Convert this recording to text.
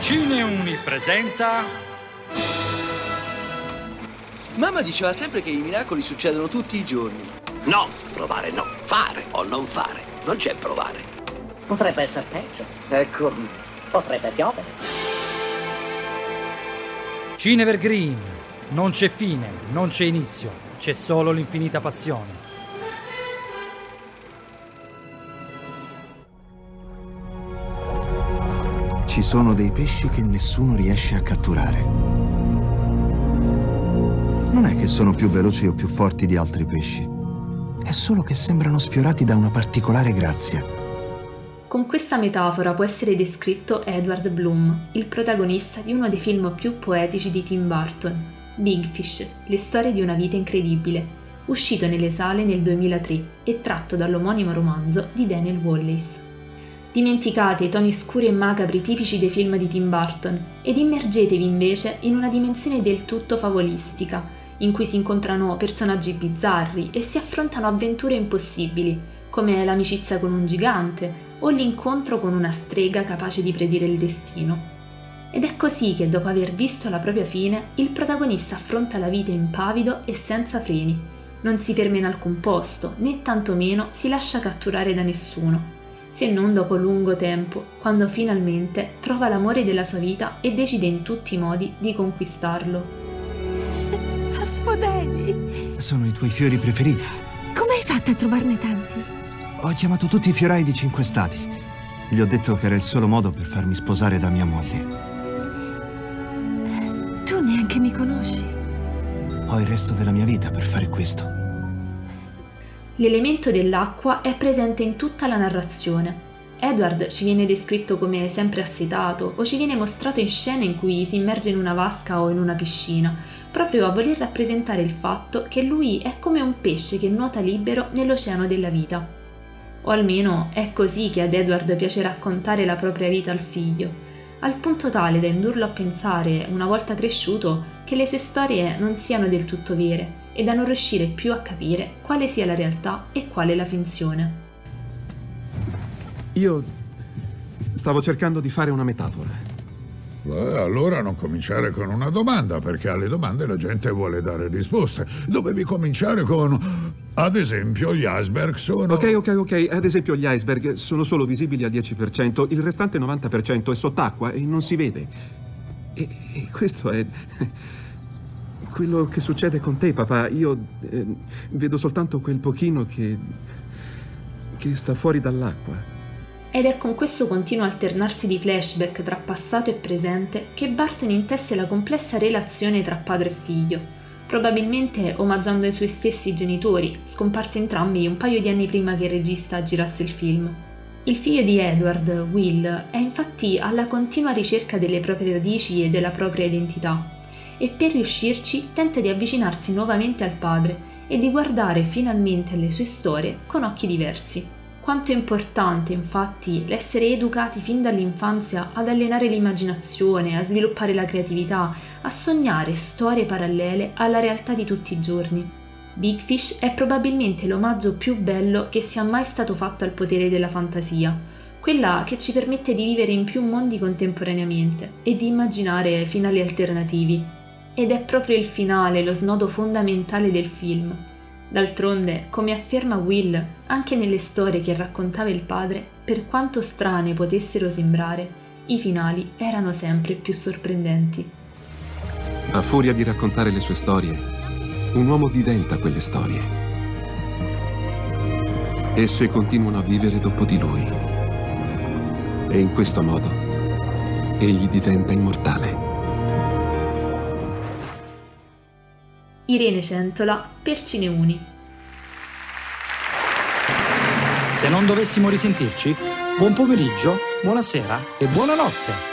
Cineuni presenta... Mamma diceva sempre che i miracoli succedono tutti i giorni. No, provare no. Fare o non fare. Non c'è provare. Potrebbe essere peggio. Ecco, potrebbe piovere. Cinevergreen. Non c'è fine, non c'è inizio. C'è solo l'infinita passione. Ci sono dei pesci che nessuno riesce a catturare. Non è che sono più veloci o più forti di altri pesci. È solo che sembrano sfiorati da una particolare grazia. Con questa metafora può essere descritto Edward Bloom, il protagonista di uno dei film più poetici di Tim Burton, Big Fish, le storie di una vita incredibile, uscito nelle sale nel 2003 e tratto dall'omonimo romanzo di Daniel Wallace. Dimenticate i toni scuri e macabri tipici dei film di Tim Burton ed immergetevi invece in una dimensione del tutto favolistica, in cui si incontrano personaggi bizzarri e si affrontano avventure impossibili, come l'amicizia con un gigante o l'incontro con una strega capace di predire il destino. Ed è così che, dopo aver visto la propria fine, il protagonista affronta la vita impavido e senza freni. Non si ferma in alcun posto, né tantomeno si lascia catturare da nessuno, se non dopo lungo tempo, quando finalmente trova l'amore della sua vita e decide in tutti i modi di conquistarlo. Aspodeli! Sono i tuoi fiori preferiti. Come hai fatto a trovarne tanti? Ho chiamato tutti i fiorai di 5 stati. Gli ho detto che era il solo modo per farmi sposare da mia moglie. Tu neanche mi conosci. Ho il resto della mia vita per fare questo. L'elemento dell'acqua è presente in tutta la narrazione. Edward ci viene descritto come sempre assetato o ci viene mostrato in scene in cui si immerge in una vasca o in una piscina, proprio a voler rappresentare il fatto che lui è come un pesce che nuota libero nell'oceano della vita. O almeno è così che ad Edward piace raccontare la propria vita al figlio, al punto tale da indurlo a pensare, una volta cresciuto, che le sue storie non siano del tutto vere e da non riuscire più a capire quale sia la realtà e quale la finzione. Io stavo cercando di fare una metafora. Allora non cominciare con una domanda, perché alle domande la gente vuole dare risposte. Dovevi cominciare con, ad esempio, gli iceberg sono... Ok. Ad esempio gli iceberg sono solo visibili al 10%, il restante 90% è sott'acqua e non si vede. E questo è... quello che succede con te, papà. Io vedo soltanto quel pochino che sta fuori dall'acqua. Ed è con questo continuo alternarsi di flashback tra passato e presente che Burton intesse la complessa relazione tra padre e figlio, probabilmente omaggiando i suoi stessi genitori, scomparsi entrambi un paio di anni prima che il regista girasse il film. Il figlio di Edward, Will, è infatti alla continua ricerca delle proprie radici e della propria identità, e per riuscirci tenta di avvicinarsi nuovamente al padre e di guardare finalmente alle sue storie con occhi diversi. Quanto è importante, infatti, l'essere educati fin dall'infanzia ad allenare l'immaginazione, a sviluppare la creatività, a sognare storie parallele alla realtà di tutti i giorni. Big Fish è probabilmente l'omaggio più bello che sia mai stato fatto al potere della fantasia, quella che ci permette di vivere in più mondi contemporaneamente e di immaginare finali alternativi. Ed è proprio il finale lo snodo fondamentale del film. D'altronde, come afferma Will, anche nelle storie che raccontava il padre, per quanto strane potessero sembrare, i finali erano sempre più sorprendenti. A furia di raccontare le sue storie, un uomo diventa quelle storie. Esse continuano a vivere dopo di lui. E in questo modo, egli diventa immortale. Irene Centola per Cineuni. Se non dovessimo risentirci, buon pomeriggio, buonasera e buonanotte.